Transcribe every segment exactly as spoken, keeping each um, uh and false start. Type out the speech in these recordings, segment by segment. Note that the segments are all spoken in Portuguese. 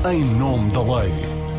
em nome da lei.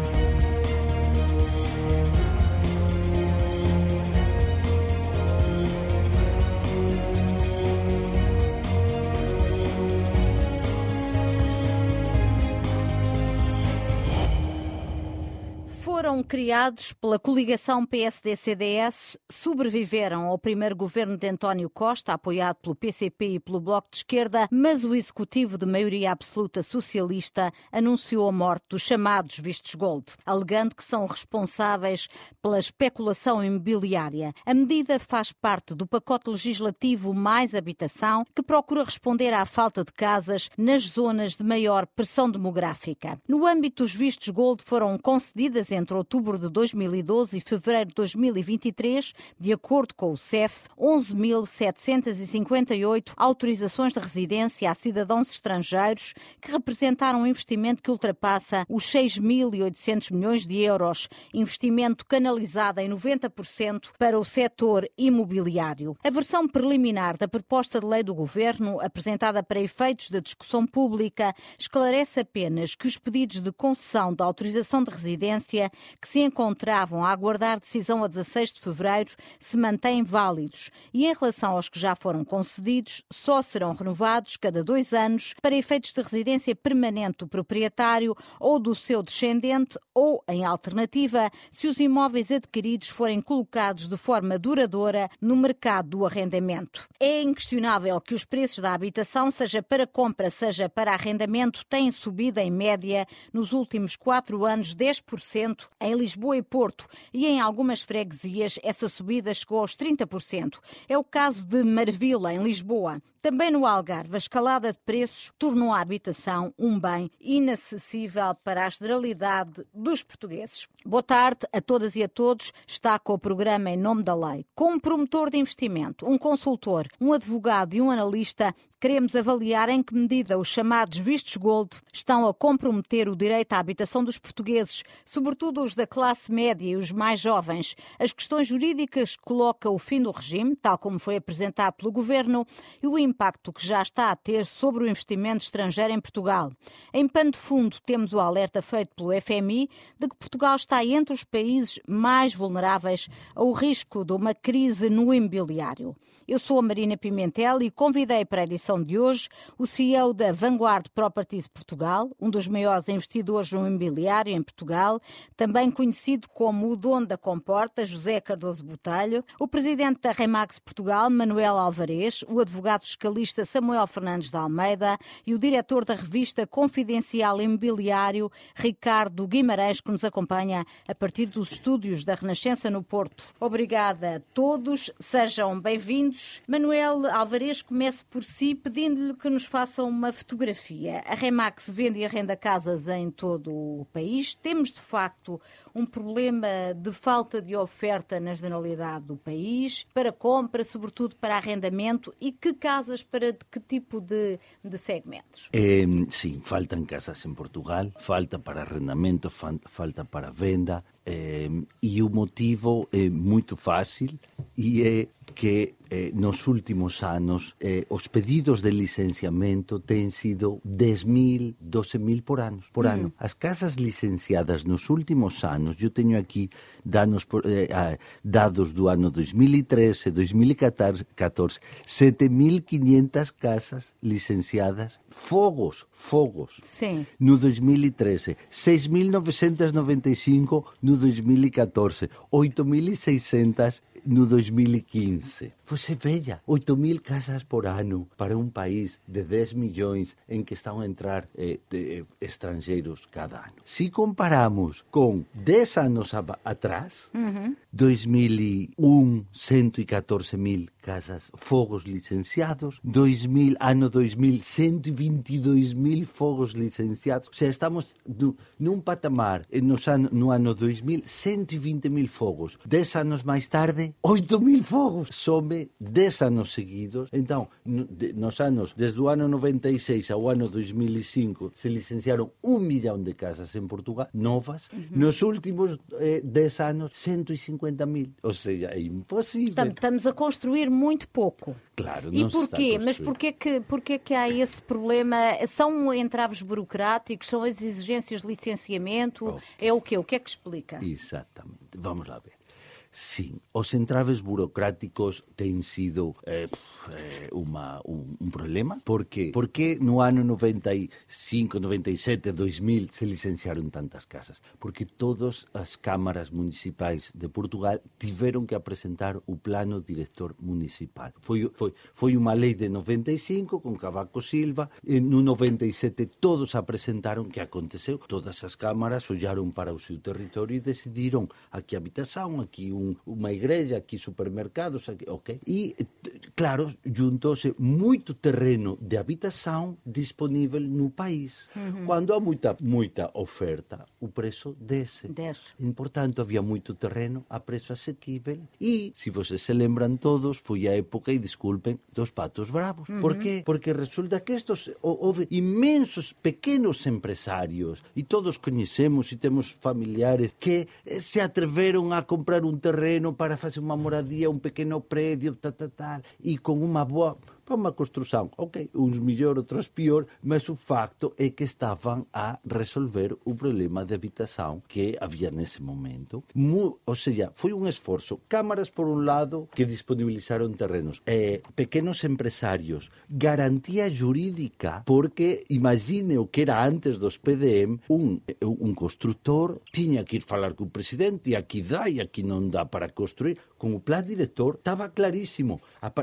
Foram criados pela coligação P S D C D S, sobreviveram ao primeiro governo de António Costa, apoiado pelo P C P e pelo Bloco de Esquerda, mas o executivo de maioria absoluta socialista anunciou a morte dos chamados vistos gold, alegando que são responsáveis pela especulação imobiliária. A medida faz parte do pacote legislativo Mais Habitação, que procura responder à falta de casas nas zonas de maior pressão demográfica. No âmbito dos vistos gold foram concedidas entre outubro de dois mil e doze e fevereiro de dois mil e vinte e três, de acordo com o C E F, onze mil setecentas e cinquenta e oito autorizações de residência a cidadãos estrangeiros, que representaram um investimento que ultrapassa os seis mil e oitocentos milhões de euros, investimento canalizado em noventa por cento para o setor imobiliário. A versão preliminar da proposta de lei do Governo, apresentada para efeitos de discussão pública, esclarece apenas que os pedidos de concessão da autorização de residência que se encontravam a aguardar decisão a dezasseis de fevereiro se mantêm válidos e, em relação aos que já foram concedidos, só serão renovados cada dois anos para efeitos de residência permanente do proprietário ou do seu descendente ou, em alternativa, se os imóveis adquiridos forem colocados de forma duradoura no mercado do arrendamento. É inquestionável que os preços da habitação, seja para compra, seja para arrendamento, têm subido em média nos últimos quatro anos dez por cento em Lisboa e Porto, e em algumas freguesias essa subida chegou aos trinta por cento. É o caso de Marvila, em Lisboa. Também no Algarve, a escalada de preços tornou a habitação um bem inacessível para a generalidade dos portugueses. Boa tarde a todas e a todos. Está com o programa Em Nome da Lei. Com um promotor de investimento, um consultor, um advogado e um analista, queremos avaliar em que medida os chamados vistos gold estão a comprometer o direito à habitação dos portugueses, sobretudo os da classe média e os mais jovens. As questões jurídicas que coloca o fim do regime, tal como foi apresentado pelo Governo, e o impacto que já está a ter sobre o investimento estrangeiro em Portugal. Em pano de fundo, temos o alerta feito pelo F M I de que Portugal está entre os países mais vulneráveis ao risco de uma crise no imobiliário. Eu sou a Marina Pimentel e convidei para a edição de hoje o C E O da Vanguard Properties Portugal, um dos maiores investidores no imobiliário em Portugal, também conhecido como o dono da Comporta, José Cardoso Botelho, o presidente da Remax Portugal, Manuel Alvarez, o advogado fiscalista Samuel Fernandes de Almeida e o diretor da revista Confidencial Imobiliário, Ricardo Guimarães, que nos acompanha a partir dos estúdios da Renascença no Porto. Obrigada a todos, sejam bem-vindos. Manuel Alvarez, comece por si, pedindo-lhe que nos faça uma fotografia. A Remax vende e arrenda casas em todo o país. Temos, de facto, um problema de falta de oferta na generalidade do país, para compra, sobretudo para arrendamento, e que casas para que tipo de, de segmentos? Eh, sim, faltam casas em Portugal, falta para arrendamento, falta para venda, eh, e o motivo é muito fácil e é que eh, nos últimos anos eh, os pedidos de licenciamento têm sido dez mil, doze mil por ano. Por ano. Uhum. As casas licenciadas nos últimos anos, eu tenho aqui dados, eh, dados do ano dois mil e treze, dois mil e catorze, sete mil e quinhentas casas licenciadas, fogos, fogos. Sim. No dois mil e treze, seis mil novecentos e noventa e cinco no dois mil e catorze, oito mil e seiscentas no dois mil e quinze. Você veja, oito mil casas por ano para um país de dez milhões em que estão a entrar eh, de, eh, estrangeiros cada ano. Se comparamos com dez anos a, atrás, uhum. dois mil e um, cento e catorze mil casas, fogos licenciados, dois mil, ano dois mil, cento e vinte e dois mil fogos licenciados. Ou seja, estamos no, num patamar, nos ano, no ano dois mil, cento e vinte mil fogos. dez anos mais tarde, oito mil fogos. Some dez anos seguidos. Então, nos anos, desde o ano noventa e seis ao ano dois mil e cinco, se licenciaram um milhão de casas em Portugal, novas. Uhum. Nos últimos eh, dez anos, cento e cinquenta mil. Ou seja, é impossível. Estamos a construir muito pouco. Claro, e não se está a porquê? construir. Mas porquê que, porquê que há esse problema? São entraves burocráticos? São as exigências de licenciamento? Okay. É o quê? O que é que explica? Exatamente. Vamos lá ver. Sim, os entraves burocráticos têm sido eh, eh, uma, um, um problema. Por quê? Porque no ano noventa e cinco, noventa e sete, dois mil se licenciaram tantas casas. Porque todas as câmaras municipais de Portugal tiveram que apresentar o plano diretor municipal. Foi, foi, foi uma lei de noventa e cinco, com Cavaco Silva, e no noventa e sete todos apresentaram. Que aconteceu? Todas as câmaras olharam para o seu território e decidiram aqui habitação, aqui um uma igreja, aqui supermercados, aqui, ok? E, claro, juntou-se muito terreno de habitação disponível no país. Uhum. Quando há muita, muita oferta, o preço desce. desce. E, portanto, havia muito terreno a preço asequível. E, se vocês se lembram todos, foi a época, e desculpem, dos patos bravos. Uhum. Por quê? Porque resulta que estes, houve imensos pequenos empresários, e todos conhecemos e temos familiares, que se atreveram a comprar um terreno para fazer uma moradia, um pequeno prédio, tal, tal, tal, e com uma boa... para uma construção, ok, uns melhor, outros pior, mas o facto é que estavam a resolver o problema de habitação que havia nesse momento. Mu, ou seja, foi um esforço. Câmaras, por um lado, que disponibilizaram terrenos. Eh, pequenos empresários. Garantia jurídica, porque imagine o que era antes dos P D M, um, um construtor tinha que ir falar com o presidente, e aqui dá, e aqui não dá para construir. Com o plano diretor estava claríssimo,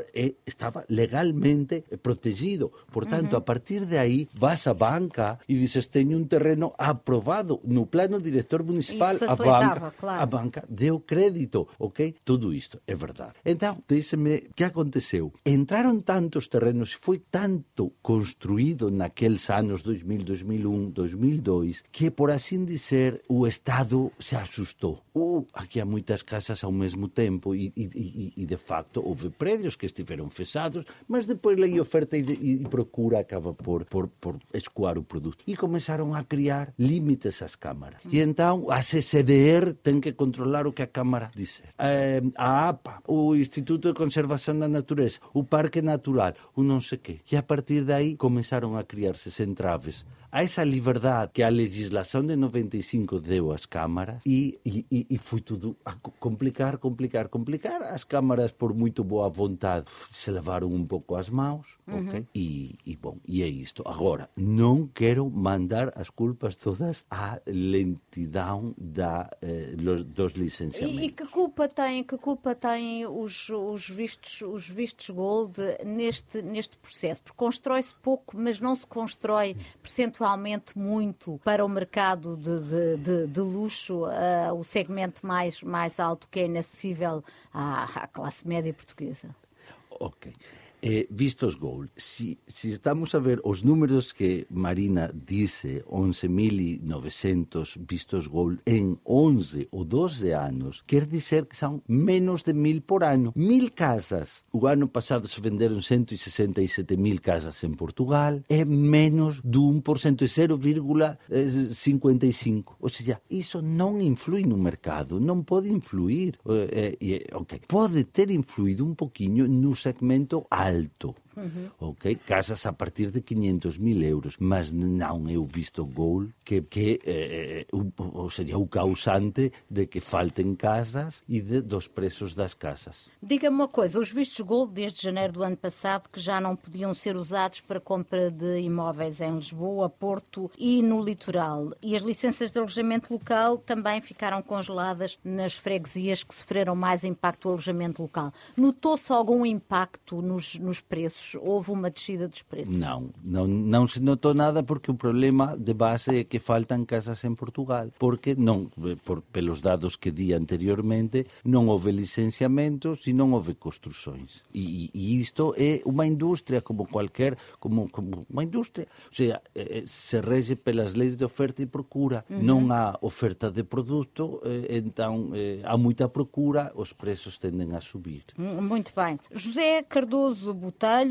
estava legalmente protegido. Portanto, uhum. a partir de aí, vas à banca e dizes, tenho um terreno aprovado no plano diretor municipal. A banca, claro. a banca deu crédito, ok? Tudo isto é verdade. Então, diz-me, o que aconteceu? Entraram tantos terrenos, foi tanto construído naqueles anos dois mil, dois mil e um, dois mil e dois, que, por assim dizer, o Estado se assustou. Uh, aqui há muitas casas ao mesmo tempo. E, e, e, de facto, houve prédios que estiveram fechados, mas depois lei oferta e, de, e procura acaba por, por, por escoar o produto. E começaram a criar limites às câmaras. E então a C C D R tem que controlar o que a Câmara diz. Eh, a APA, o Instituto de Conservação da Natureza, o Parque Natural, o não sei quê. E a partir daí começaram a criar-se entraves a essa liberdade que a legislação de noventa e cinco deu às câmaras, e, e, e foi tudo a complicar, complicar, complicar. As câmaras, por muito boa vontade, se levaram um pouco as mãos, uhum. ok? E, e, bom, e é isto. Agora, não quero mandar as culpas todas à lentidão da, eh, los, dos licenciamentos. E, e que culpa tem, que culpa tem os, os, vistos, os vistos gold neste, neste processo? Porque constrói-se pouco, mas não se constrói percentualmente muito para o mercado de, de, de, de luxo, uh, o segmento mais, mais alto que é inacessível à, à classe média portuguesa. Ok. Eh, vistos gold, se, se estamos a ver os números que Marina disse, onze mil e novecentos vistos gold em onze ou doze anos, quer dizer que são menos de mil por ano. Mil casas. O ano passado se venderam cento e sessenta e sete mil casas em Portugal, é menos de um por cento, é zero vírgula cinquenta e cinco. Ou seja, isso não influi no mercado, não pode influir. Eh, eh, okay. Pode ter influído um pouquinho no segmento alto. alto, uhum. ok? Casas a partir de quinhentos mil euros, mas não é o visto gold que, que é, o, seria o causante de que faltem casas e de, dos preços das casas. Diga-me uma coisa, os vistos gold desde janeiro do ano passado, que já não podiam ser usados para compra de imóveis em Lisboa, Porto e no litoral, e as licenças de alojamento local também ficaram congeladas nas freguesias que sofreram mais impacto do alojamento local. Notou-se algum impacto nos nos preços? Houve uma descida dos preços? Não, não, não se notou nada, porque o problema de base é que faltam casas em Portugal, porque não, por, pelos dados que di anteriormente, não houve licenciamentos e não houve construções. E, e isto é uma indústria como qualquer, como, como uma indústria. Ou seja, se rege pelas leis de oferta e procura. Uhum. Não há oferta de produto, então há muita procura, os preços tendem a subir. Muito bem. José Cardoso Botelho,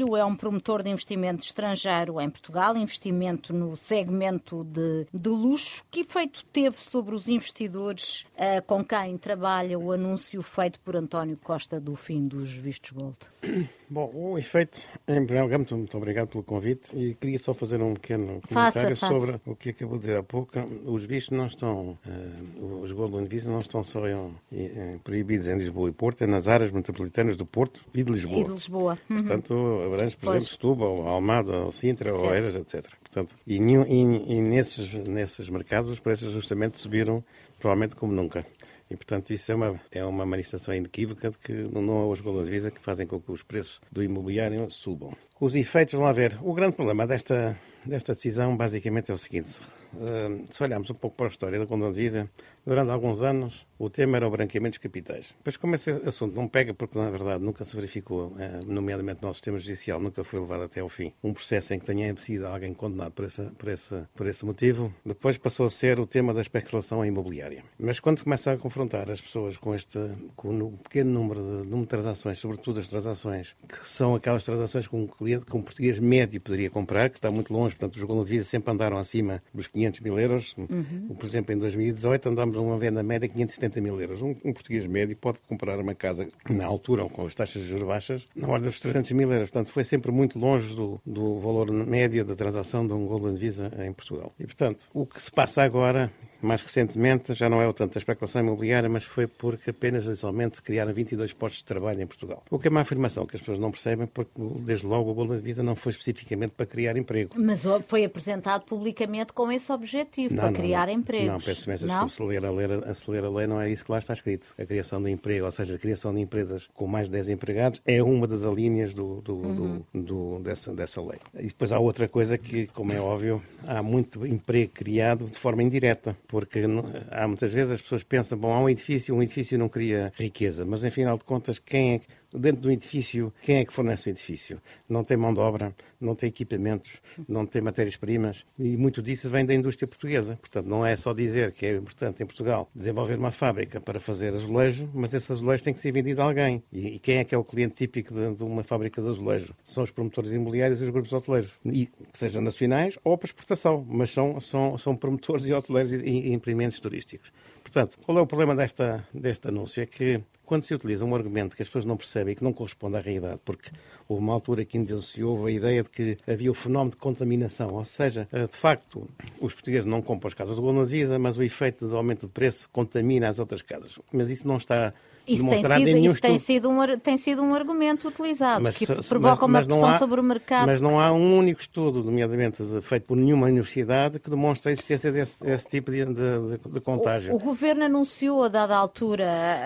António é um promotor de investimento estrangeiro em Portugal, investimento no segmento de, de luxo. Que efeito teve sobre os investidores uh, com quem trabalha o anúncio feito por António Costa do fim dos vistos Gold? Bom, o efeito, em primeiro lugar, muito, muito obrigado pelo convite e queria só fazer um pequeno comentário faça, sobre faça. o que acabou de dizer há pouco. Os vistos não estão, uh, os Golden Visa não estão só em, em, proibidos em Lisboa e Porto, é nas áreas metropolitanas do Porto e de Lisboa. E de Lisboa. Uhum. Portanto, abrange, por Pois. exemplo, Setúbal, Almada, Sintra, Certo. Oeiras, etcétera. Portanto, e, e, e nesses, nesses mercados os preços justamente subiram provavelmente como nunca. E, portanto, isso é uma, é uma manifestação inequívoca de que não há os Golden Visa que fazem com que os preços do imobiliário subam. Os efeitos, vão lá ver. O grande problema desta, desta decisão, basicamente, é o seguinte. Uh, se olharmos um pouco para a história da Golden Visa, durante alguns anos o tema era o branqueamento dos capitais. Depois, como esse assunto não pega, porque na verdade nunca se verificou, nomeadamente no nosso sistema judicial, nunca foi levado até ao fim, um processo em que tenha sido alguém condenado por esse, por esse, por esse motivo, depois passou a ser o tema da especulação imobiliária. Mas quando se começa a confrontar as pessoas com este com um pequeno número de, número de transações, sobretudo as transações que são aquelas transações que um cliente, que um português médio poderia comprar, que está muito longe, portanto os Golden Visa sempre andaram acima dos quinhentos mil euros. Uhum. Por exemplo, em dois mil e dezoito andámos a uma venda média de quinhentos e setenta mil euros. Um, um português médio pode comprar uma casa, na altura, com as taxas de juros baixas, na ordem dos trezentos mil euros. Portanto, foi sempre muito longe do, do valor médio da transação de um Golden Visa em Portugal. E, portanto, o que se passa agora, mais recentemente, já não é o tanto a especulação imobiliária, mas foi porque apenas, inicialmente, se criaram vinte e dois postos de trabalho em Portugal. O que é uma afirmação que as pessoas não percebem, porque, desde logo, o Golden Visa não foi especificamente para criar emprego. Mas foi apresentado publicamente com esse objetivo, não, para não, criar não. empregos. Não, peço imensa desculpa, se ler a, ler, a, se ler a lei não é isso que lá está escrito. A criação de emprego, ou seja, a criação de empresas com mais de dez empregados, é uma das alíneas do, do, uhum. do, do, dessa, dessa lei. E depois há outra coisa que, como é óbvio, há muito emprego criado de forma indireta, porque há muitas vezes as pessoas pensam, bom, há um edifício, um edifício não cria riqueza, mas, em final de contas, quem é que dentro do edifício, quem é que fornece o edifício? Não tem mão de obra, não tem equipamentos, não tem matérias-primas e muito disso vem da indústria portuguesa. Portanto, não é só dizer que é importante em Portugal desenvolver uma fábrica para fazer azulejo, mas esse azulejo tem que ser vendido a alguém. E, e quem é que é o cliente típico de, de uma fábrica de azulejo? São os promotores imobiliários e os grupos hoteleiros. E, que sejam nacionais ou para exportação, mas são, são, são promotores e hoteleiros e, e empreendimentos turísticos. Portanto, qual é o problema desta, deste anúncio? É que quando se utiliza um argumento que as pessoas não percebem e que não corresponde à realidade, porque houve uma altura que ainda se houve a ideia de que havia o fenómeno de contaminação, ou seja, de facto, os portugueses não compram as casas do Golden Visa, mas o efeito do aumento do preço contamina as outras casas. Mas isso não está... Isso, tem sido, isso tem, sido um, tem sido um argumento utilizado, mas, que provoca mas, mas uma pressão há, sobre o mercado. Mas não há um único estudo, nomeadamente de, feito por nenhuma universidade, que demonstre a existência desse, desse tipo de, de, de contágio. O, o Governo anunciou, a dada altura,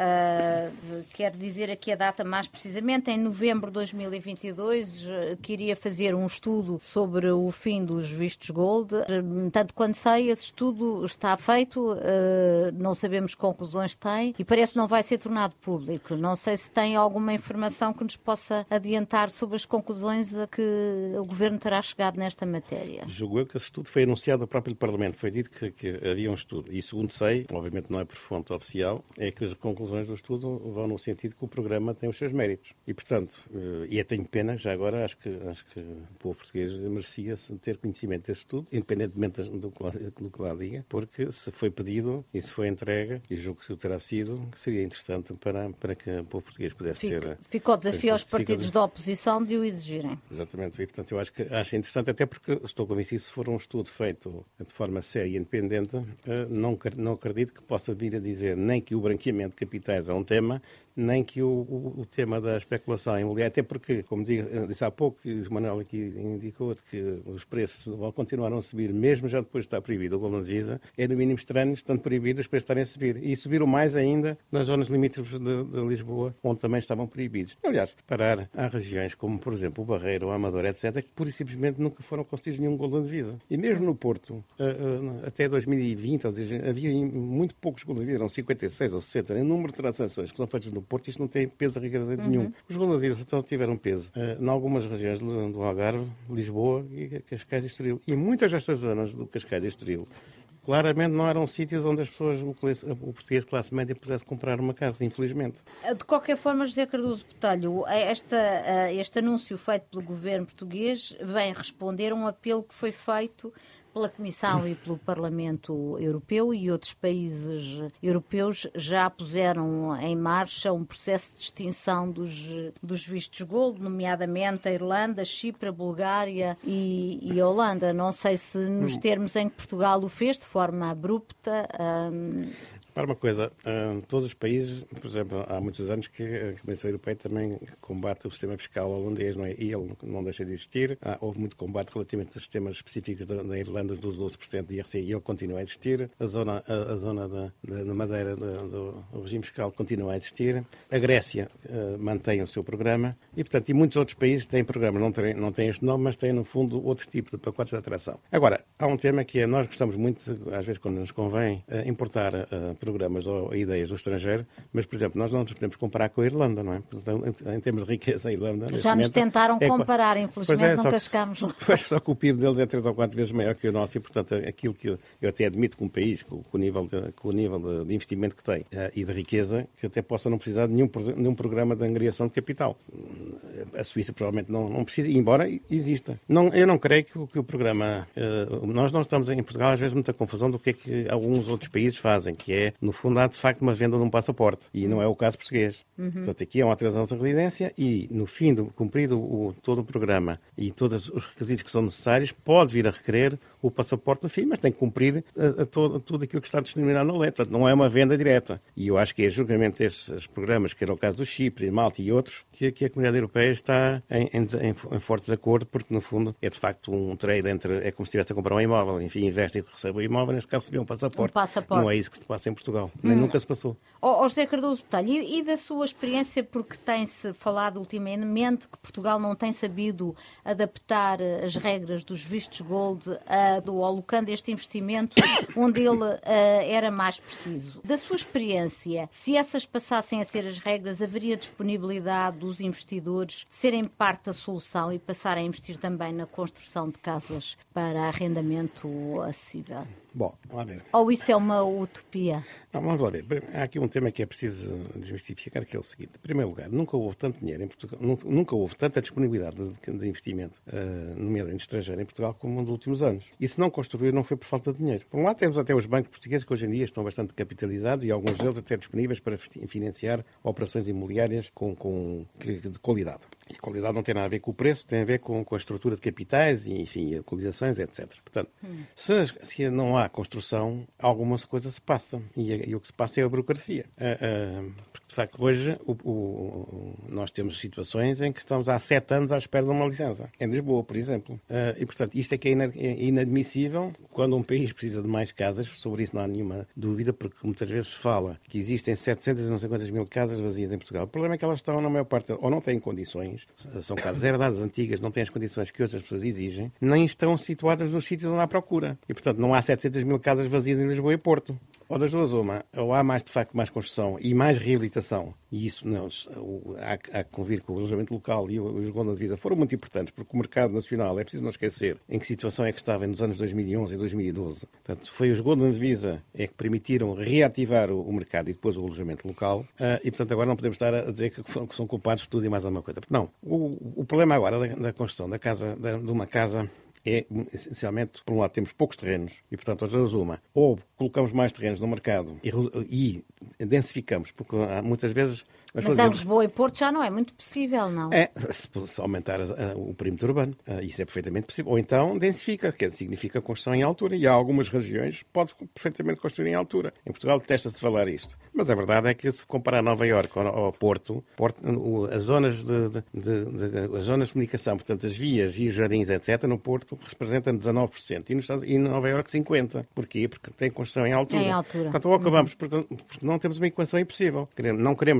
uh, quero dizer aqui a data mais precisamente, em novembro de dois mil e vinte e dois, uh, que iria fazer um estudo sobre o fim dos vistos Gold. Uh, tanto quanto sei, esse estudo está feito, uh, não sabemos que conclusões tem e parece que não vai ser tornado público. Não sei se tem alguma informação que nos possa adiantar sobre as conclusões a que o Governo terá chegado nesta matéria. Julgo eu que esse estudo foi anunciado ao próprio Parlamento. Foi dito que, que havia um estudo. E segundo sei, obviamente não é por fonte oficial, é que as conclusões do estudo vão no sentido que o programa tem os seus méritos. E, portanto, e eu tenho pena, já agora, acho que, acho que o povo português merecia ter conhecimento desse estudo, independentemente do que, lá, do que lá diga, porque se foi pedido e se foi entregue, e julgo que o terá sido, seria interessante para, para que o povo português pudesse Fico, ter... Ficou desafio aos partidos da oposição de o exigirem. Exatamente. E, portanto, eu acho que acho interessante, até porque estou convencido que se for um estudo feito de forma séria e independente, não, não acredito que possa vir a dizer nem que o branqueamento de capitais é um tema, nem que o, o, o tema da especulação imobiliária, até porque, como disse há pouco, e o Manuel aqui indicou que os preços vão continuar a subir, mesmo já depois de estar proibido o Golden Visa, é no mínimo estranho, estando proibido, os preços estarem a subir. E subiram mais ainda nas zonas limítrofes de, de Lisboa, onde também estavam proibidos. Aliás, parar há regiões como, por exemplo, o Barreiro, o Amador, etcétera, que pura e simplesmente nunca foram concedidos nenhum Golden Visa. E mesmo no Porto, até dois mil e vinte, ou seja, havia muito poucos Golden Visa, eram cinquenta e seis ou sessenta, em número de transações que são feitas no Porto, isto não tem peso a rigorosamente uhum. nenhum. Os Golden Visa então tiveram peso uh, em algumas regiões do Algarve, Lisboa e Cascais e Estoril. E muitas destas zonas do Cascais e Estoril claramente não eram sítios onde as pessoas, o, o português de classe média, pudesse comprar uma casa, infelizmente. De qualquer forma, José Cardoso Botelho, esta, este anúncio feito pelo governo português vem responder a um apelo que foi feito pela Comissão e pelo Parlamento Europeu, e outros países europeus já puseram em marcha um processo de extinção dos, dos vistos gold, nomeadamente a Irlanda, Chipre, a Bulgária e, e a Holanda. Não sei se nos termos em que Portugal o fez de forma abrupta. Hum... Para uma coisa, todos os países, por exemplo, há muitos anos que a Comissão Europeia também combate o sistema fiscal holandês, não é? E ele não deixa de existir. Houve muito combate relativamente aos sistemas específicos da Irlanda dos doze por cento de I R C e ele continua a existir. A zona, a, a zona da, da, da Madeira do, do, do regime fiscal continua a existir. A Grécia uh, mantém o seu programa e, portanto, e muitos outros países têm programas, não têm, não têm este nome, mas têm, no fundo, outro tipo de pacotes de atração. Agora, há um tema que é, nós gostamos muito, às vezes quando nos convém, uh, importar uh, programas ou ideias do estrangeiro, mas, por exemplo, nós não nos podemos comparar com a Irlanda, não é? Portanto, em, em termos de riqueza, a Irlanda... Já nos tentaram é, comparar, infelizmente é, nunca só chegámos lá. Só que o P I B deles é três ou quatro vezes maior que o nosso e, portanto, aquilo que eu, eu até admito que um país, com, com o nível, de, com o nível de, de investimento que tem uh, e de riqueza, que até possa não precisar de nenhum, nenhum programa de angariação de capital. A Suíça provavelmente não, não precisa, embora exista. Não, eu não creio que, que o programa... Uh, nós não estamos em Portugal, às vezes, muita confusão do que é que alguns outros países fazem, que é, no fundo, há de facto uma venda de um passaporte. E não é o caso português. Uhum. Portanto, aqui é uma autorização de residência e, no fim, de cumprido o, todo o programa e todos os requisitos que são necessários, pode vir a requerer o passaporte no fim, mas tem que cumprir a, a todo, tudo aquilo que está discriminado na lei. Portanto, não é uma venda direta. E eu acho que é julgamento destes programas, que era o caso do Chipre, Malta e outros, que, que a Comunidade Europeia está em, em, em, em forte desacordo, porque, no fundo, é de facto um trade entre... É como se estivesse a comprar um imóvel. Enfim, investe e recebe o imóvel, nesse caso recebe um passaporte. Um passaporte. Não é isso que se passa em Portugal. Hum. Nem nunca se passou. Oh, oh José Cardoso Botelho, e, e da sua experiência, porque tem-se falado ultimamente que Portugal não tem sabido adaptar as regras dos vistos gold a, do, alocando este investimento onde ele uh, era mais preciso. Da sua experiência, se essas passassem a ser as regras, haveria disponibilidade dos investidores de serem parte da solução e passarem a investir também na construção de casas para arrendamento acessível? Bom, vamos lá ver. Ou isso é uma utopia? Não, vamos lá ver. Há aqui um tema que é preciso desmistificar, que é o seguinte. Em primeiro lugar, nunca houve tanto dinheiro em Portugal, nunca houve tanta disponibilidade de, de investimento, uh, nomeadamente estrangeiro, em Portugal, como nos últimos anos. E se não construir, não foi por falta de dinheiro. Por um lado, temos até os bancos portugueses que hoje em dia estão bastante capitalizados e alguns deles até disponíveis para financiar operações imobiliárias com, com, de qualidade. E qualidade não tem nada a ver com o preço, tem a ver com, com a estrutura de capitais e, enfim, localizações, etcétera. Portanto, hum. se, se não há construção, alguma coisa se passa. E, e o que se passa é a burocracia. Uh, uh, porque, de facto, hoje o, o, nós temos situações em que estamos há sete anos à espera de uma licença. Em Lisboa, por exemplo. Uh, e, portanto, isto é que é inadmissível quando um país precisa de mais casas. Sobre isso não há nenhuma dúvida, porque muitas vezes se fala que existem setecentas e não sei quantas mil casas vazias em Portugal. O problema é que elas estão, na maior parte, ou não têm condições, são casas herdadas antigas, não têm as condições que outras pessoas exigem, nem estão situadas nos sítios onde há procura. E, portanto, não há setecentas mil casas vazias em Lisboa e Porto. Ou das duas uma, ou há mais, de facto, mais construção e mais reabilitação, e isso não, há, há que convir com o alojamento local e os Golden de Divisa foram muito importantes, porque o mercado nacional, é preciso não esquecer em que situação é que estava nos anos dois mil e onze e dois mil e doze. Portanto, foi os Golden Divisa é que permitiram reativar o, o mercado e depois o alojamento local, uh, e, portanto, agora não podemos estar a dizer que, que são culpados de tudo e mais alguma coisa. Não, o, o problema agora da, da construção da casa, da, de uma casa... é, essencialmente, por um lado, temos poucos terrenos e, portanto, às vezes uma, ou colocamos mais terrenos no mercado e, e densificamos, porque há, muitas vezes... Mas, Mas em Lisboa e Porto já não é muito possível, não? É, se, se aumentar a, a, o perímetro urbano, a, isso é perfeitamente possível. Ou então densifica, que significa construção em altura, e há algumas regiões pode perfeitamente construir em altura. Em Portugal detesta-se falar isto. Mas a verdade é que, se comparar Nova Iorque ao, ao Porto, Porto o, as, zonas de, de, de, de, as zonas de comunicação, portanto, as vias e os jardins, etcétera, no Porto representam dezanove por cento e, no Estado, e em Nova Iorque cinquenta por cento. Porquê? Porque tem construção em altura. Em altura. Portanto, ou acabamos, uhum. porque, porque não temos uma equação impossível. Queremos, não queremos mais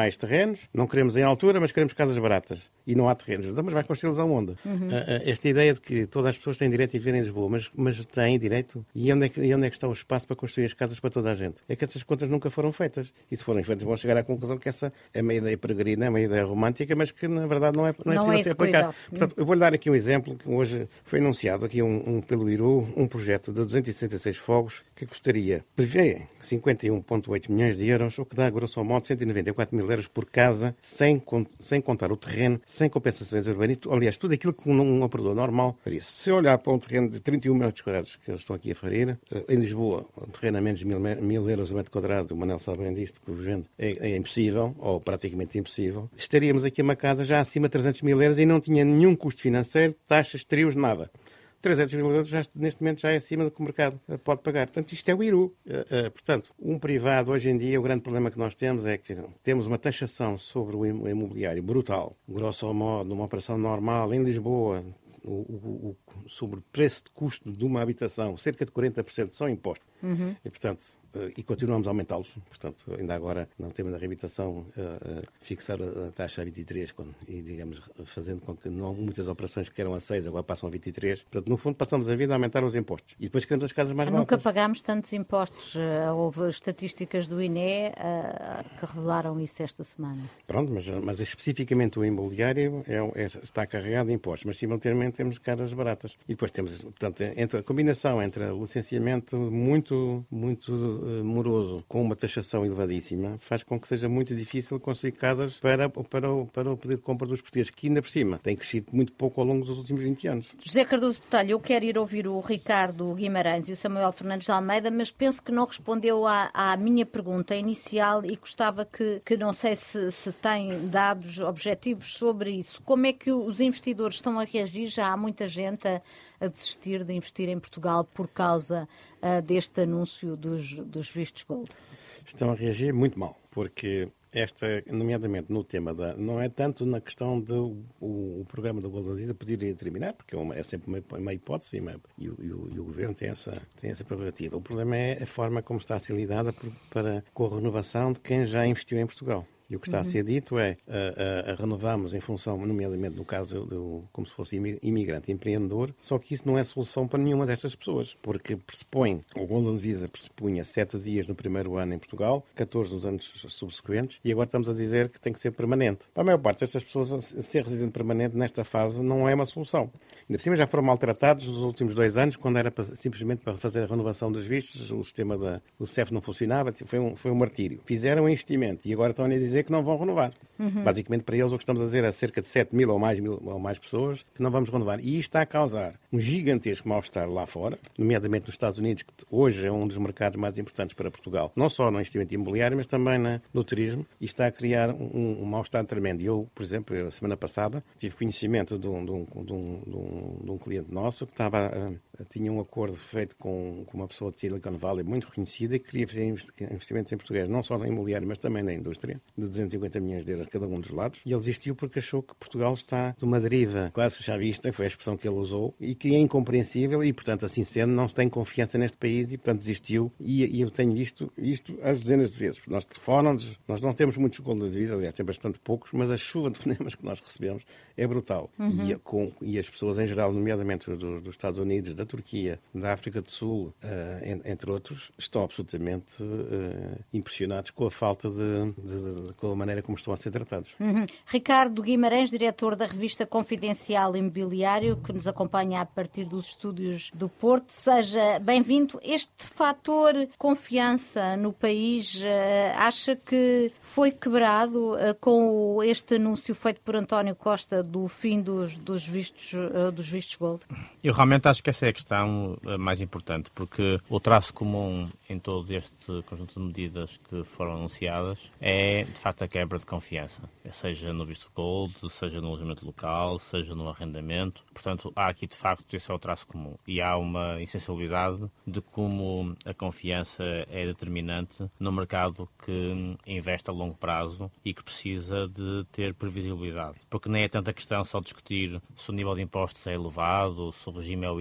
mais terrenos, não queremos em altura, mas queremos casas baratas. E não há terrenos. Então, mas vai construí-los aonde? Uhum. Esta ideia de que todas as pessoas têm direito a viver em Lisboa, mas, mas têm direito? E onde, é que, e onde é que está o espaço para construir as casas para toda a gente? É que essas contas nunca foram feitas. E se forem feitas, vão chegar à conclusão que essa é uma ideia peregrina, é uma ideia romântica, mas que, na verdade, não é, não é não possível é ser aplicada. Portanto, eu vou-lhe dar aqui um exemplo que hoje foi anunciado aqui um, um, pelo I R U, um projeto de duzentos e sessenta e seis fogos que custaria, prevê cinquenta e um vírgula oito milhões de euros, o que dá, grosso modo, cento e noventa e quatro mil euros por casa, sem, sem contar o terreno, sem compensações urbanísticas. Aliás, tudo aquilo que um, um operador normal faria. Se olhar para um terreno de trinta e um metros quadrados que eles estão aqui a farir, em Lisboa, um terreno a menos de mil, mil euros o metro quadrado, o Manel sabe bem disto, que vos vende, é, é impossível, ou praticamente impossível. Estaríamos aqui a uma casa já acima de trezentos mil euros e não tinha nenhum custo financeiro, taxas, trios, nada. trezentos mil euros já, neste momento já é acima do que o mercado pode pagar. Portanto, isto é o I R U. Uh, uh, portanto, um privado, hoje em dia, o grande problema que nós temos é que temos uma taxação sobre o imobiliário brutal. Grosso modo, numa operação normal em Lisboa, o, o, o, sobre o preço de custo de uma habitação, cerca de quarenta por cento são impostos. Uhum. E, portanto, e continuamos a aumentá-los. Portanto, ainda agora, no tema da reabilitação, uh, uh, fixar a taxa a vinte e três quando, e, digamos, fazendo com que não, muitas operações que eram a seis agora passam a vinte e três. Portanto, no fundo, passamos a vida a aumentar os impostos. E depois queremos as casas mais baratas. Nunca pagámos tantos impostos. Uh, houve estatísticas do I N E uh, que revelaram isso esta semana. Pronto, mas, mas especificamente o imobiliário é, é, está carregado de impostos, mas simultaneamente temos casas baratas. E depois temos, portanto, entre a combinação entre o licenciamento muito, muito moroso com uma taxação elevadíssima faz com que seja muito difícil construir casas para, para, o, para o pedido de compra dos portugueses, que ainda por cima tem crescido muito pouco ao longo dos últimos vinte anos. José Cardoso Botelho, eu quero ir ouvir o Ricardo Guimarães e o Samuel Fernandes de Almeida, mas penso que não respondeu à, à minha pergunta inicial e gostava que, que não sei se, se tem dados objetivos sobre isso. Como é que os investidores estão a reagir? Já há muita gente a, a desistir de investir em Portugal por causa uh, deste anúncio dos, dos vistos Gold. Estão a reagir muito mal, porque esta, nomeadamente no tema da... Não é tanto na questão do o, o programa do Golden Visa poder terminar, porque é, uma, é sempre uma, uma hipótese uma, e, o, e, o, e o Governo tem essa, tem essa prerrogativa. O problema é a forma como está a ser lidada por, para, com a renovação de quem já investiu em Portugal. E o que está uhum. a ser dito é a, a, a renovamos em função, nomeadamente no caso do, como se fosse imigrante empreendedor, só que isso não é solução para nenhuma destas pessoas, porque pressupõe, o Golden Visa pressupunha sete dias no primeiro ano em Portugal, catorze nos anos subsequentes, e agora estamos a dizer que tem que ser permanente. Para a maior parte destas pessoas, ser residente permanente nesta fase não é uma solução. Ainda por cima já foram maltratados nos últimos dois anos, quando era para, simplesmente para fazer a renovação dos vistos, o sistema da, do C E F não funcionava, foi um, foi um martírio. Fizeram um investimento e agora estão a dizer que não vão renovar. Uhum. Basicamente, para eles, o que estamos a dizer é cerca de sete mil ou mais, mil ou mais pessoas que não vamos renovar. E isto está a causar um gigantesco mal-estar lá fora, nomeadamente nos Estados Unidos, que hoje é um dos mercados mais importantes para Portugal, não só no investimento imobiliário, mas também na, no turismo, e está a criar um, um mal-estar tremendo. Eu, por exemplo, eu, semana passada, tive conhecimento de um, de um, de um, de um, de um cliente nosso que estava, uh, tinha um acordo feito com, com uma pessoa de Silicon Valley muito reconhecida e que queria fazer investimentos em português, não só no imobiliário, mas também na indústria, de duzentos e cinquenta milhões de euros cada um dos lados, e ele desistiu porque achou que Portugal está numa deriva quase já vista, foi a expressão que ele usou, e que é incompreensível e, portanto, assim sendo, não tem confiança neste país e, portanto, desistiu. E, e eu tenho isto, isto às dezenas de vezes. Nós telefonam-nos, nós não temos muitos Golden Visa, aliás, tem bastante poucos, mas a chuva de fonemas que nós recebemos é brutal. Uhum. E, com, e as pessoas em geral, nomeadamente do, dos Estados Unidos, da Turquia, da África do Sul, uh, entre outros, estão absolutamente uh, impressionados com a falta de, de, de com a maneira como estão a ser tratados. Uhum. Ricardo Guimarães, diretor da revista Confidencial Imobiliário, que nos acompanha a partir dos estúdios do Porto. Seja bem-vindo. Este fator confiança no país, acha que foi quebrado com este anúncio feito por António Costa do fim dos, dos, vistos, dos vistos Gold? Eu realmente acho que essa é a questão mais importante, porque o traço comum em todo este conjunto de medidas que foram anunciadas é, de facto, a quebra de confiança, seja no visto Gold, seja no alojamento local, seja no arrendamento. Portanto, há aqui, de facto, esse é o traço comum. E há uma insensibilidade de como a confiança é determinante no mercado que investe a longo prazo e que precisa de ter previsibilidade. Porque nem é tanta questão só discutir se o nível de impostos é elevado, se o regime é o ideal,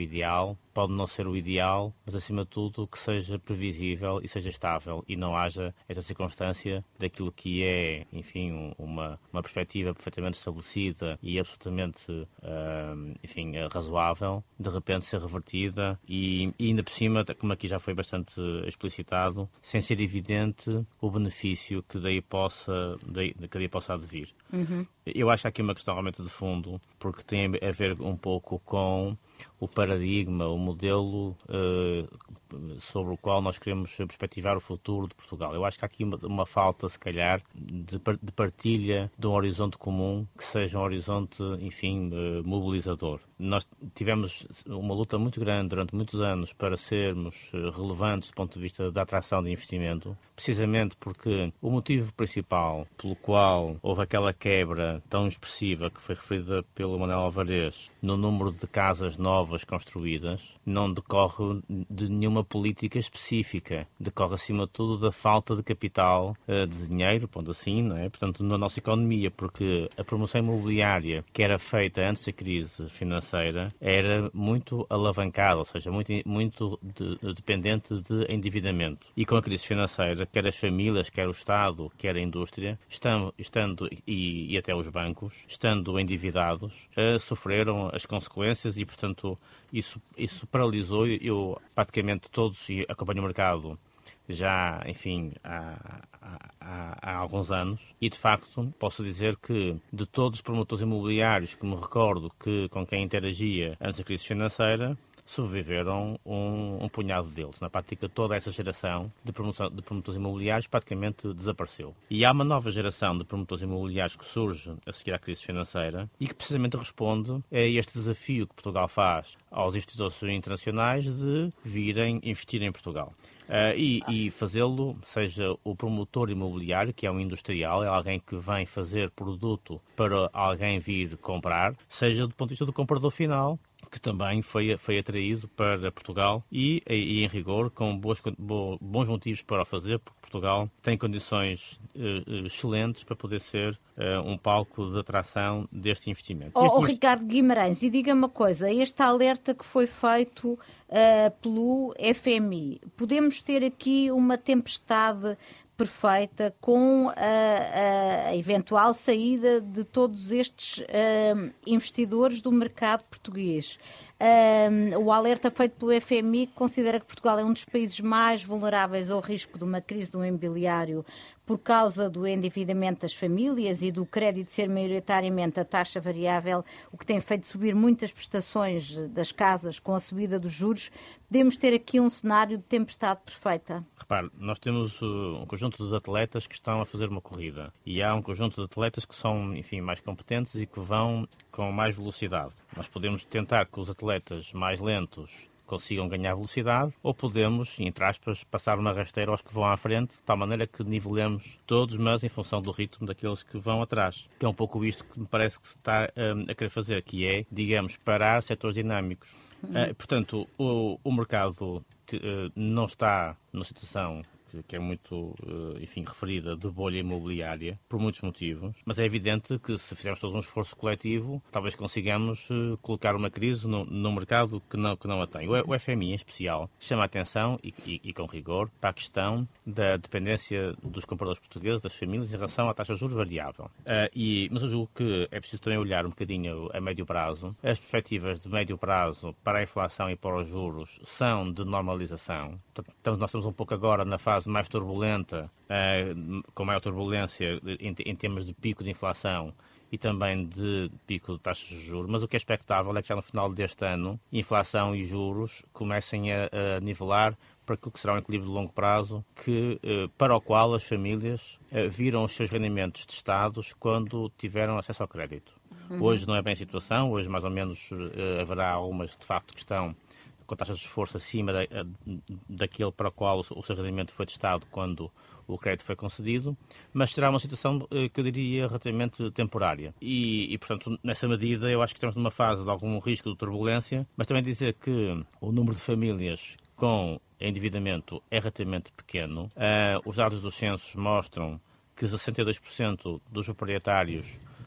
ideal, pode não ser o ideal, mas acima de tudo que seja previsível e seja estável e não haja esta circunstância daquilo que é, enfim, uma, uma perspectiva perfeitamente estabelecida e absolutamente, uh, enfim, razoável, de repente ser revertida e, e ainda por cima, como aqui já foi bastante explicitado, sem ser evidente o benefício que daí possa, daí, que daí possa advir. Uhum. Eu acho que há aqui uma questão realmente de fundo, porque tem a ver um pouco com o paradigma, o modelo uh, sobre o qual nós queremos perspectivar o futuro de Portugal. Eu acho que há aqui uma, uma falta, se calhar, de, de partilha de um horizonte comum que seja um horizonte, enfim, uh, mobilizador. Nós tivemos uma luta muito grande durante muitos anos para sermos relevantes do ponto de vista da atração de investimento, precisamente porque o motivo principal pelo qual houve aquela quebra tão expressiva que foi referida pelo Manuel Alvarez no número de casas novas construídas não decorre de nenhuma política específica, decorre acima de tudo da falta de capital, de dinheiro, pondo assim, não é? Portanto, na nossa economia, porque a promoção imobiliária que era feita antes da crise financeira era muito alavancada, ou seja, muito, muito de, dependente de endividamento. E com a crise financeira, quer as famílias, quer o Estado, quer a indústria, estando, estando e, e até os bancos, estando endividados, uh, sofreram as consequências e, portanto, isso, isso paralisou. Eu, praticamente todos, e acompanho o mercado já, enfim, há, há, há alguns anos e, de facto, posso dizer que de todos os promotores imobiliários que me recordo que com quem interagia antes da crise financeira, sobreviveram um, um punhado deles. Na prática, toda essa geração de, promoção, de promotores imobiliários praticamente desapareceu. E há uma nova geração de promotores imobiliários que surge a seguir à crise financeira e que precisamente responde a este desafio que Portugal faz aos investidores internacionais de virem investir em Portugal. Uh, e, e fazê-lo, seja o promotor imobiliário, que é um industrial, é alguém que vem fazer produto para alguém vir comprar, seja do ponto de vista do comprador final, que também foi, foi atraído para Portugal e, e em rigor, com boas, bo, bons motivos para o fazer, porque Portugal tem condições uh, excelentes para poder ser uh, um palco de atração deste investimento. Oh, este... oh, Ricardo Guimarães, e diga-me uma coisa, este alerta que foi feito uh, pelo F M I, podemos ter aqui uma tempestade perfeita com a, a, a eventual saída de todos estes uh, investidores do mercado português. Uh, o alerta feito pelo F M I considera que Portugal é um dos países mais vulneráveis ao risco de uma crise do imobiliário por causa do endividamento das famílias e do crédito ser maioritariamente a taxa variável, o que tem feito subir muitas prestações das casas com a subida dos juros. Podemos ter aqui um cenário de tempestade perfeita. Repare, nós temos uh, um conjunto de atletas que estão a fazer uma corrida e há um conjunto de atletas que são, enfim, mais competentes e que vão com mais velocidade. Nós podemos tentar que os atletas mais lentos consigam ganhar velocidade, ou podemos, entre aspas, passar uma rasteira aos que vão à frente, de tal maneira que nivelemos todos, mas em função do ritmo daqueles que vão atrás. Que é um pouco isto que me parece que se está um, a querer fazer, que é, digamos, parar setores dinâmicos. Uhum. Uh, portanto, o, o mercado uh, não está numa situação que é muito, enfim, referida de bolha imobiliária, por muitos motivos, mas é evidente que se fizermos todos um esforço coletivo, talvez consigamos colocar uma crise no, no mercado que não, que não a tem. O F M I, em especial, chama a atenção, e, e, e com rigor, para a questão da dependência dos compradores portugueses, das famílias, em relação à taxa de juros variável. Uh, e, mas eu julgo que é preciso também olhar um bocadinho a médio prazo. As perspectivas de médio prazo para a inflação e para os juros são de normalização. Portanto, nós estamos um pouco agora na fase mais turbulenta, uh, com maior turbulência em, em termos de pico de inflação e também de pico de taxas de juros, mas o que é expectável é que já no final deste ano, inflação e juros comecem a, a nivelar para aquilo que será um equilíbrio de longo prazo, que, uh, para o qual as famílias uh, viram os seus rendimentos testados quando tiveram acesso ao crédito. Uhum. Hoje não é bem a situação, hoje mais ou menos uh, haverá algumas, de facto, que estão com taxas de esforço acima da, daquele para o qual o seu rendimento foi testado quando o crédito foi concedido, mas será uma situação que eu diria relativamente temporária. E, e, portanto, nessa medida, eu acho que estamos numa fase de algum risco de turbulência, mas também dizer que o número de famílias com endividamento é relativamente pequeno. Uh, os dados dos censos mostram que sessenta e dois por cento dos proprietários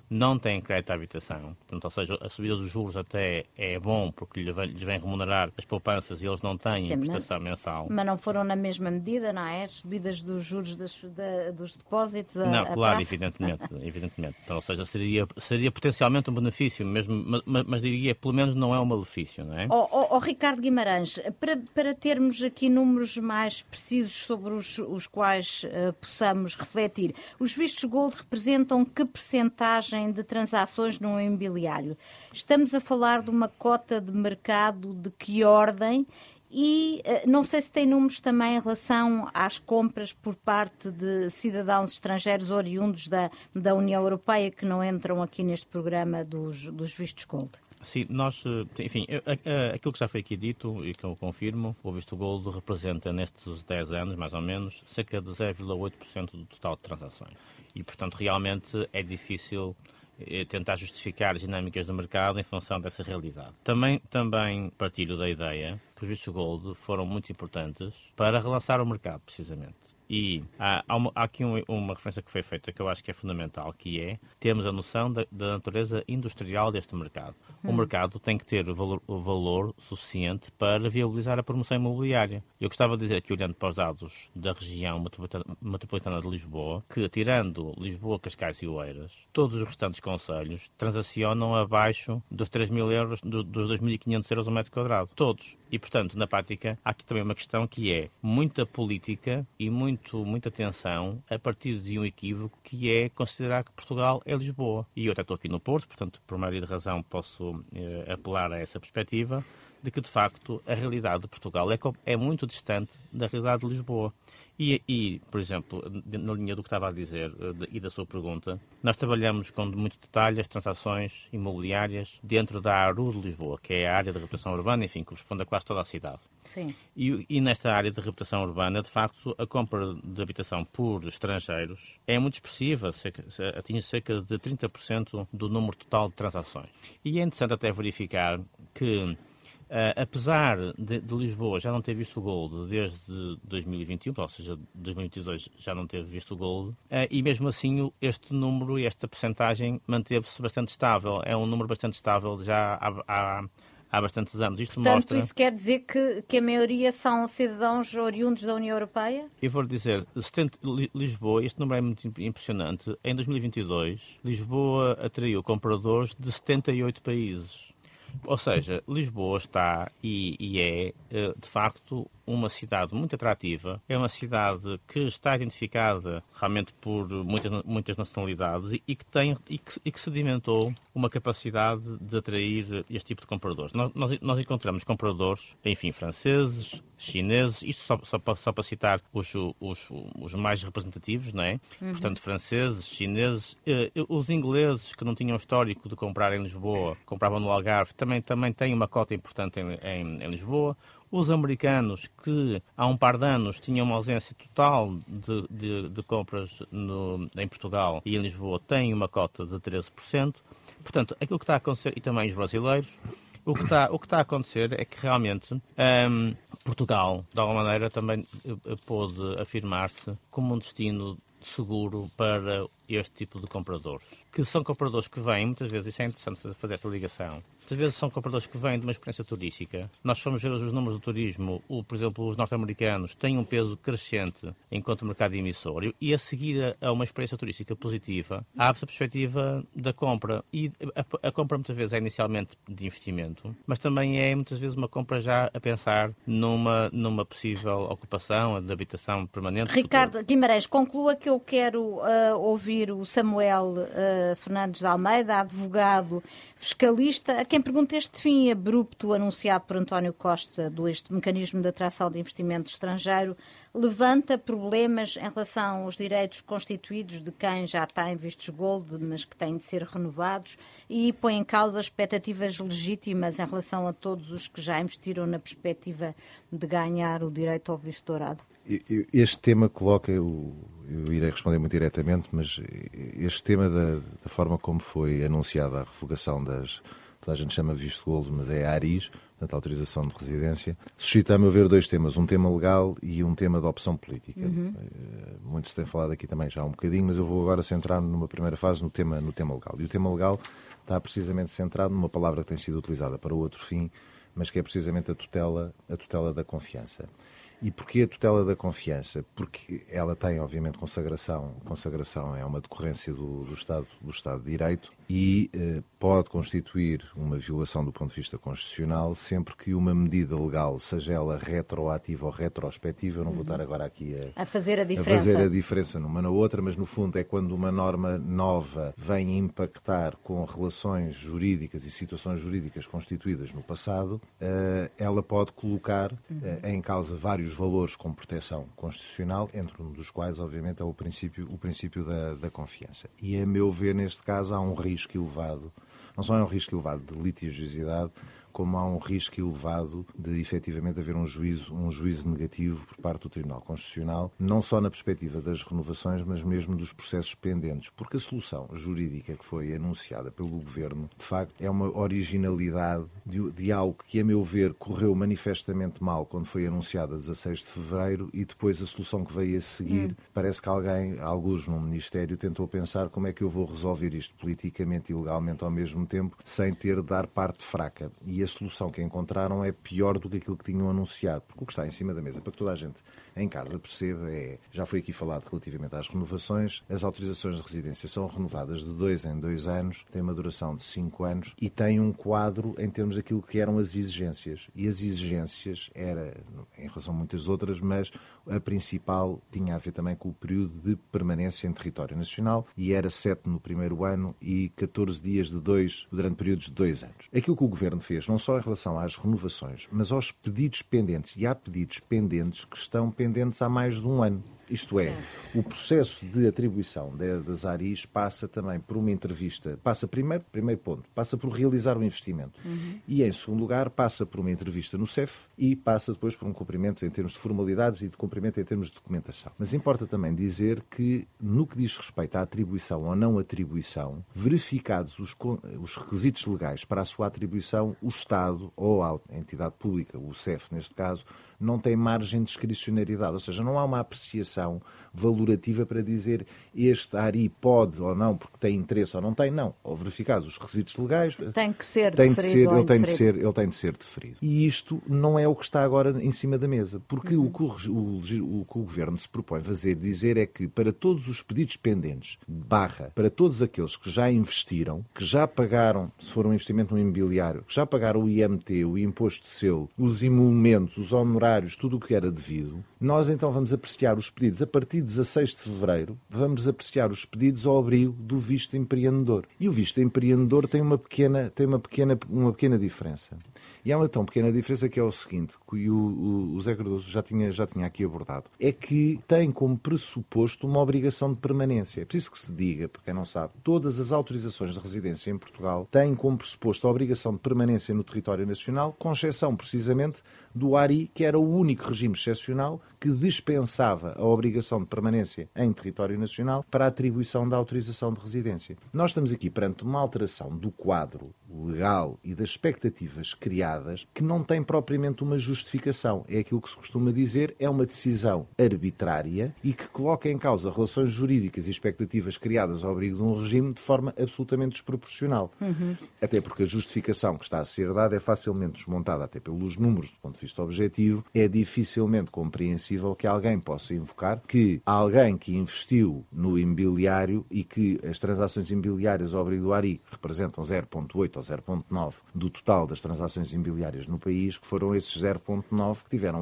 não têm crédito à habitação, portanto, ou seja, a subida dos juros até é bom porque lhes vem, lhes vem remunerar as poupanças e eles não têm Sim, prestação mas, mensal. Mas não foram na mesma medida, não é? As subidas dos juros das, da, dos depósitos a, Não, a claro, prazo. evidentemente, evidentemente. Então, ou seja, seria, seria potencialmente um benefício, mesmo, mas, mas diria que pelo menos não é um malefício, não é? Oh, oh, oh, Ricardo Guimarães, para, para termos aqui números mais precisos sobre os, os quais uh, possamos refletir, os vistos gold representam que percentagem de transações no imobiliário? Estamos a falar de uma cota de mercado de que ordem? E uh, não sei se tem números também em relação às compras por parte de cidadãos estrangeiros oriundos da, da União Europeia que não entram aqui neste programa dos, dos vistos gold. Sim, nós, enfim, aquilo que já foi aqui dito e que eu confirmo, o visto gold representa nestes dez anos, mais ou menos, cerca de zero vírgula oito por cento do total de transações. E, portanto, realmente é difícil tentar justificar as dinâmicas do mercado em função dessa realidade. Também, também partilho da ideia que os vistos gold foram muito importantes para relançar o mercado, precisamente. E há, há, uma, há aqui uma, uma referência que foi feita que eu acho que é fundamental, que é termos a noção da, da natureza industrial deste mercado. Hum. O mercado tem que ter o valor, o valor suficiente para viabilizar a promoção imobiliária. Eu gostava de dizer que, olhando para os dados da região metropolitana de Lisboa, que, tirando Lisboa, Cascais e Oeiras, todos os restantes concelhos transacionam abaixo dos três mil euros, do, dos dois mil e quinhentos euros ao metro quadrado. Todos. E, portanto, na prática, há aqui também uma questão que é muita política e muito Muito, muita atenção a partir de um equívoco que é considerar que Portugal é Lisboa. E eu até estou aqui no Porto, portanto, por maioria de razão, posso eh, apelar a essa perspectiva de que, de facto, a realidade de Portugal é, é muito distante da realidade de Lisboa. E, e, por exemplo, na linha do que estava a dizer e da sua pergunta, nós trabalhamos com muito detalhe as transações imobiliárias dentro da A R U de Lisboa, que é a área de reputação urbana, enfim, corresponde a quase toda a cidade. Sim. E, e nesta área de reputação urbana, de facto, a compra de habitação por estrangeiros é muito expressiva, cerca, atinge cerca de trinta por cento do número total de transações. E é interessante até verificar que, Uh, apesar de, de Lisboa já não ter visto o gold desde dois mil e vinte e um, ou seja, dois mil e vinte e dois já não teve visto o gold, uh, e mesmo assim este número e esta percentagem manteve-se bastante estável. É um número bastante estável já há, há, há bastantes anos. Isto Portanto, mostra... isso quer dizer que, que a maioria são cidadãos oriundos da União Europeia? Eu vou dizer, Lisboa, este número é muito impressionante, em dois mil e vinte e dois, Lisboa atraiu compradores de setenta e oito países. Ou seja, Lisboa está e, e é, de facto, uma cidade muito atrativa. É uma cidade que está identificada realmente por muitas, muitas nacionalidades e que, tem, e, que, e que sedimentou uma capacidade de atrair este tipo de compradores. Nós, nós, nós encontramos compradores, enfim, franceses, chineses, isto só, só, só para citar os, os, os mais representativos, não é? Uhum. Portanto, franceses, chineses, eh, os ingleses que não tinham histórico de comprar em Lisboa, compravam no Algarve, também, também têm uma cota importante em, em, em Lisboa. Os americanos, que há um par de anos tinham uma ausência total de, de, de compras no, em Portugal e em Lisboa, têm uma cota de treze por cento. Portanto, aquilo que está a acontecer, e também os brasileiros, o que está, o que está a acontecer é que realmente um, Portugal, de alguma maneira, também pôde afirmar-se como um destino seguro para este tipo de compradores. Que são compradores que vêm, muitas vezes, isso é interessante fazer esta ligação, muitas vezes são compradores que vêm de uma experiência turística. Nós fomos ver os números do turismo, o, por exemplo, os norte-americanos têm um peso crescente enquanto mercado emissor e a seguir a uma experiência turística positiva, abre-se a perspectiva da compra. E a, a compra muitas vezes é inicialmente de investimento, mas também é muitas vezes uma compra já a pensar numa, numa possível ocupação, de habitação permanente. Ricardo futuro. Guimarães, conclua que eu quero uh, ouvir o Samuel uh, Fernandes de Almeida, advogado fiscalista, a quem pergunta este fim abrupto anunciado por António Costa do este mecanismo de atração de investimento estrangeiro levanta problemas em relação aos direitos constituídos de quem já tem vistos gold, mas que têm de ser renovados, e põe em causa expectativas legítimas em relação a todos os que já investiram na perspectiva de ganhar o direito ao visto dourado. Este tema coloca, eu, eu irei responder muito diretamente, mas este tema da, da forma como foi anunciada a revogação das, toda a gente chama visto gold, mas é a ARIs, portanto, a autorização de residência, suscita, a meu ver, dois temas, um tema legal e um tema de opção política. Uhum. Muitos têm falado aqui também já um bocadinho, mas eu vou agora centrar numa primeira fase no tema, no tema legal. E o tema legal está precisamente centrado numa palavra que tem sido utilizada para outro fim, mas que é precisamente a tutela, a tutela da confiança. E porquê a tutela da confiança? Porque ela tem, obviamente, consagração. Consagração é uma decorrência do, do, Estado, do Estado de Direito e eh, pode constituir uma violação do ponto de vista constitucional sempre que uma medida legal, seja ela retroativa ou retrospectiva, eu não vou estar agora aqui a, a, fazer, a, diferença. a fazer a diferença numa na outra, mas no fundo é quando uma norma nova vem impactar com relações jurídicas e situações jurídicas constituídas no passado, eh, ela pode colocar eh, em causa vários valores com proteção constitucional, entre um dos quais, obviamente, é o princípio, o princípio da, da confiança. E, a meu ver, neste caso, há um risco elevado, não só é um risco elevado de litigiosidade, como há um risco elevado de, efetivamente, haver um juízo, um juízo negativo por parte do Tribunal Constitucional, não só na perspectiva das renovações, mas mesmo dos processos pendentes, porque a solução jurídica que foi anunciada pelo Governo, de facto, é uma originalidade de, de algo que, a meu ver, correu manifestamente mal quando foi anunciada a dezasseis de fevereiro e depois a solução que veio a seguir, hum. parece que alguém, alguns no Ministério, tentou pensar como é que eu vou resolver isto politicamente e legalmente ao mesmo tempo, sem ter de dar parte fraca. E a solução que encontraram é pior do que aquilo que tinham anunciado, porque o que está em cima da mesa, para que toda a gente em casa perceba, é, já foi aqui falado relativamente às renovações, as autorizações de residência são renovadas de dois em dois anos, têm uma duração de cinco anos e têm um quadro em termos daquilo que eram as exigências. E as exigências era, em relação a muitas outras, mas a principal tinha a ver também com o período de permanência em território nacional e era sete no primeiro ano e catorze dias de dois durante períodos de dois anos. Aquilo que o Governo fez, não só em relação às renovações, mas aos pedidos pendentes, e há pedidos pendentes que estão pendentes há mais de um ano. Isto é, o processo de atribuição das ARIs passa também por uma entrevista, passa primeiro, primeiro ponto, passa por realizar o investimento uhum. e, em segundo lugar, passa por uma entrevista no C E F e passa depois por um cumprimento em termos de formalidades e de cumprimento em termos de documentação. Mas importa também dizer que, no que diz respeito à atribuição ou não atribuição, verificados os, os requisitos legais para a sua atribuição, o Estado ou a entidade pública, o C E F neste caso, não tem margem de discricionariedade, ou seja, não há uma apreciação valorativa para dizer este ARI pode ou não, porque tem interesse ou não tem, não. Ao verificar os requisitos legais, tem que ser tem de deferido ser, ele, tem de ser, ele tem de ser deferido. E isto não é o que está agora em cima da mesa, porque uhum. o, que o, o, o que o Governo se propõe fazer, dizer é que para todos os pedidos pendentes, barra, para todos aqueles que já investiram, que já pagaram, se for um investimento no imobiliário, que já pagaram o I M T, o imposto de selo, os emolumentos, os honorários, tudo o que era devido, nós então vamos apreciar os pedidos a partir de dezasseis de fevereiro, vamos apreciar os pedidos ao abrigo do visto empreendedor. E o visto empreendedor tem uma pequena, tem uma pequena, uma pequena diferença. E há uma tão pequena diferença que é o seguinte, que o, o, o Zé Cardoso já tinha, já tinha aqui abordado, é que tem como pressuposto uma obrigação de permanência. É preciso que se diga, para quem não sabe, todas as autorizações de residência em Portugal têm como pressuposto a obrigação de permanência no território nacional, com exceção precisamente do ARI, que era o único regime excepcional que dispensava a obrigação de permanência em território nacional para a atribuição da autorização de residência. Nós estamos aqui perante uma alteração do quadro legal e das expectativas criadas que não tem propriamente uma justificação. É aquilo que se costuma dizer, é uma decisão arbitrária e que coloca em causa relações jurídicas e expectativas criadas ao abrigo de um regime de forma absolutamente desproporcional. Uhum. Até porque a justificação que está a ser dada é facilmente desmontada até pelos números do ponto de vista objetivo, é dificilmente compreensível que alguém possa invocar que alguém que investiu no imobiliário e que as transações imobiliárias ao abrigo do ARI representam zero vírgula oito ou zero vírgula nove do total das transações imobiliárias no país, que foram esses zero vírgula nove que tiveram a,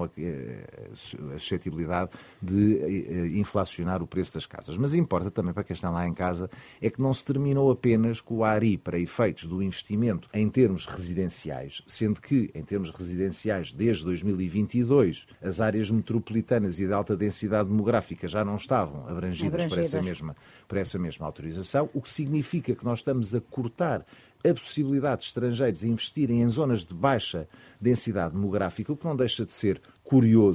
a, a suscetibilidade de a, inflacionar o preço das casas. Mas importa também para quem está lá em casa é que não se terminou apenas com o ARI para efeitos do investimento em termos residenciais, sendo que em termos residenciais desde dois mil e vinte e dois as áreas metropolitanas e de alta densidade demográfica já não estavam abrangidas, abrangidas. Por, essa mesma, por essa mesma autorização, o que significa que nós estamos a cortar a possibilidade de estrangeiros investirem em zonas de baixa densidade demográfica, o que não deixa de ser curioso,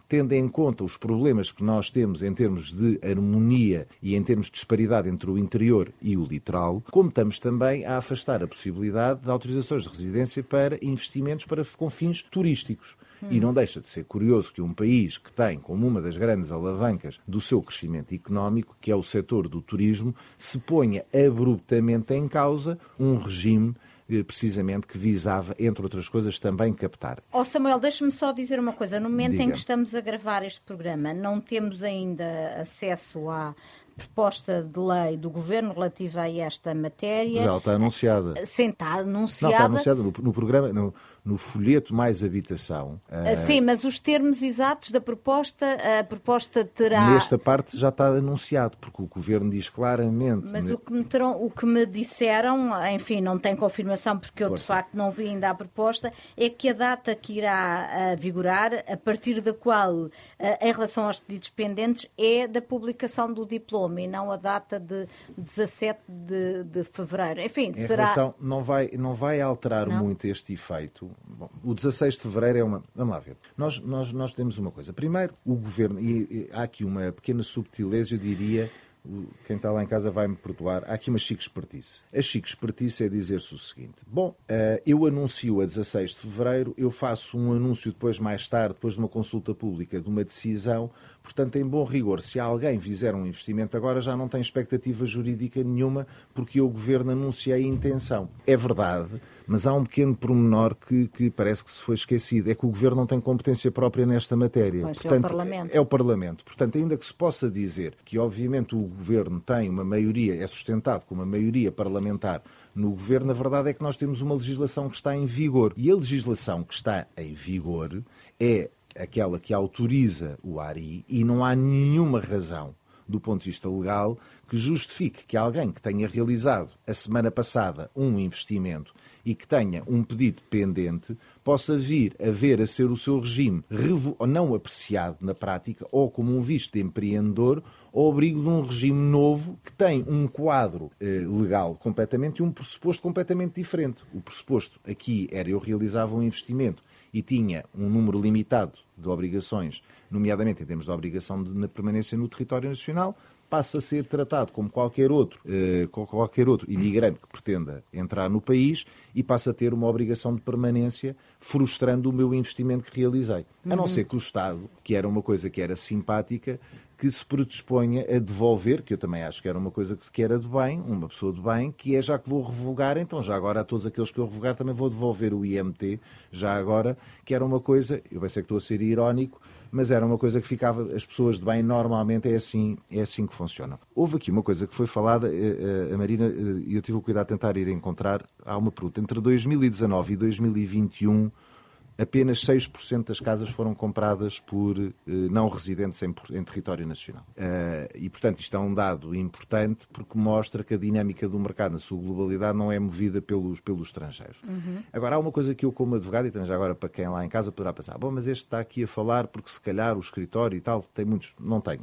tendo em conta os problemas que nós temos em termos de harmonia e em termos de disparidade entre o interior e o litoral, como estamos também a afastar a possibilidade de autorizações de residência para investimentos para, com fins turísticos. Hum. E não deixa de ser curioso que um país que tem como uma das grandes alavancas do seu crescimento económico, que é o setor do turismo, se ponha abruptamente em causa um regime precisamente que visava, entre outras coisas, também captar. Ó oh Samuel, deixa-me só dizer uma coisa. No momento Diga. em que estamos a gravar este programa, não temos ainda acesso à proposta de lei do Governo relativa a esta matéria. Já está anunciada. Sim, está anunciada. Não, está anunciada no, no programa, no, no folheto Mais Habitação. Uh... Sim, mas os termos exatos da proposta, a proposta terá... Nesta parte já está anunciado, porque o Governo diz claramente... Mas ne... o, que me terão, o que me disseram, enfim, não tem confirmação, porque eu Força. de facto não vi ainda a proposta, é que a data que irá uh, vigorar, a partir da qual, uh, em relação aos pedidos pendentes, é da publicação do diploma e não a data de dezassete de fevereiro. Enfim, em será... relação, não vai, não vai alterar não? muito este efeito. Bom, o dezasseis de fevereiro é uma... Vamos lá ver. Nós, nós, nós temos uma coisa. Primeiro, o Governo... E, e há aqui uma pequena subtileza, eu diria... Quem está lá em casa vai-me perdoar. Há aqui uma chique espertice. A chique espertice é dizer-se o seguinte. Bom, eu anuncio a dezasseis de fevereiro, eu faço um anúncio depois, mais tarde, depois de uma consulta pública, de uma decisão. Portanto, em bom rigor, se alguém fizer um investimento agora, já não tem expectativa jurídica nenhuma, porque o Governo anuncia a intenção. É verdade, mas há um pequeno pormenor que, que parece que se foi esquecido. É que o Governo não tem competência própria nesta matéria. Mas Portanto, é o Parlamento. É o Parlamento. Portanto, ainda que se possa dizer que, obviamente, o Governo tem uma maioria, é sustentado com uma maioria parlamentar no Governo, a verdade é que nós temos uma legislação que está em vigor. E a legislação que está em vigor é aquela que autoriza o A R I e não há nenhuma razão, do ponto de vista legal, que justifique que alguém que tenha realizado a semana passada um investimento e que tenha um pedido pendente possa vir a ver a ser o seu regime não apreciado na prática ou como um visto de empreendedor ao abrigo de um regime novo que tem um quadro eh, legal completamente e um pressuposto completamente diferente. O pressuposto aqui era eu realizava um investimento e tinha um número limitado de obrigações, nomeadamente em termos de obrigação de, na permanência no território nacional, passa a ser tratado como qualquer outro, eh, qualquer outro imigrante que pretenda entrar no país e passa a ter uma obrigação de permanência, frustrando o meu investimento que realizei. A não ser que o Estado, que era uma coisa que era simpática, que se predisponha a devolver, que eu também acho que era uma coisa que era de bem, uma pessoa de bem, que é já que vou revogar, então já agora a todos aqueles que eu revogar também vou devolver o I M T, já agora, que era uma coisa, eu sei que estou a ser irónico, mas era uma coisa que ficava, as pessoas de bem normalmente é assim, é assim que funcionam. Houve aqui uma coisa que foi falada, a Marina, e eu tive o cuidado de tentar ir encontrar, há uma pergunta, entre dois mil e dezanove e dois mil e vinte e um, apenas seis por cento das casas foram compradas por eh, não residentes em, em território nacional. Uh, e, portanto, isto é um dado importante porque mostra que a dinâmica do mercado na sua globalidade não é movida pelos, pelos estrangeiros. Uhum. Agora, há uma coisa que eu, como advogado, e também já agora para quem lá em casa poderá pensar, bom, mas este está aqui a falar porque se calhar o escritório e tal, tem muitos... Não tem.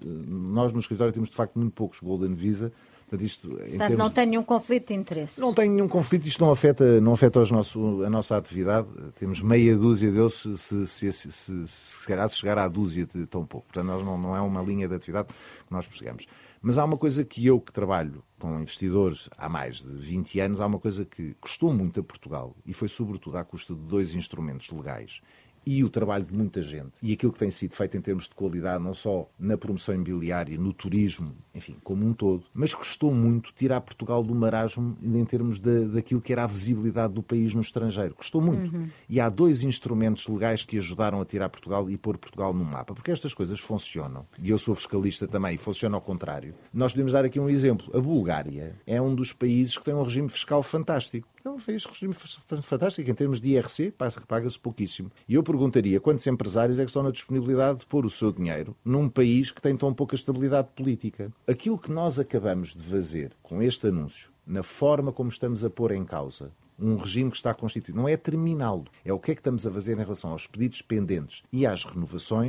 Nós no escritório temos, de facto, muito poucos Golden Visa. Portanto, isto, em Portanto, não tem nenhum conflito de interesse. Não tem nenhum conflito, isto não afeta, não afeta os nosso, a nossa atividade. Temos meia dúzia deles, se, se, se, se, se, se chegar à dúzia de tão pouco. Portanto, nós não, não é uma linha de atividade que nós perseguimos. Mas há uma coisa que eu, que trabalho com investidores há mais de vinte anos, há uma coisa que custou muito a Portugal, e foi sobretudo à custa de dois instrumentos legais, e o trabalho de muita gente, e aquilo que tem sido feito em termos de qualidade, não só na promoção imobiliária, no turismo, enfim, como um todo, mas custou muito tirar Portugal do marasmo em termos de, daquilo que era a visibilidade do país no estrangeiro. Custou muito. Uhum. E há dois instrumentos legais que ajudaram a tirar Portugal e pôr Portugal no mapa, porque estas coisas funcionam, e eu sou fiscalista também, e funciona ao contrário. Nós podemos dar aqui um exemplo. A Bulgária é um dos países que tem um regime fiscal fantástico. Não fez regime fantástico em termos de I R C, paga-se pouquíssimo. E eu perguntaria quantos empresários é que estão na disponibilidade de pôr o seu dinheiro num país que tem tão pouca estabilidade política. Aquilo que nós acabamos de fazer com este anúncio, na forma como estamos a pôr em causa um regime que está constituído, não é terminá-lo, é o que é que estamos a fazer em relação aos pedidos pendentes e às renovações,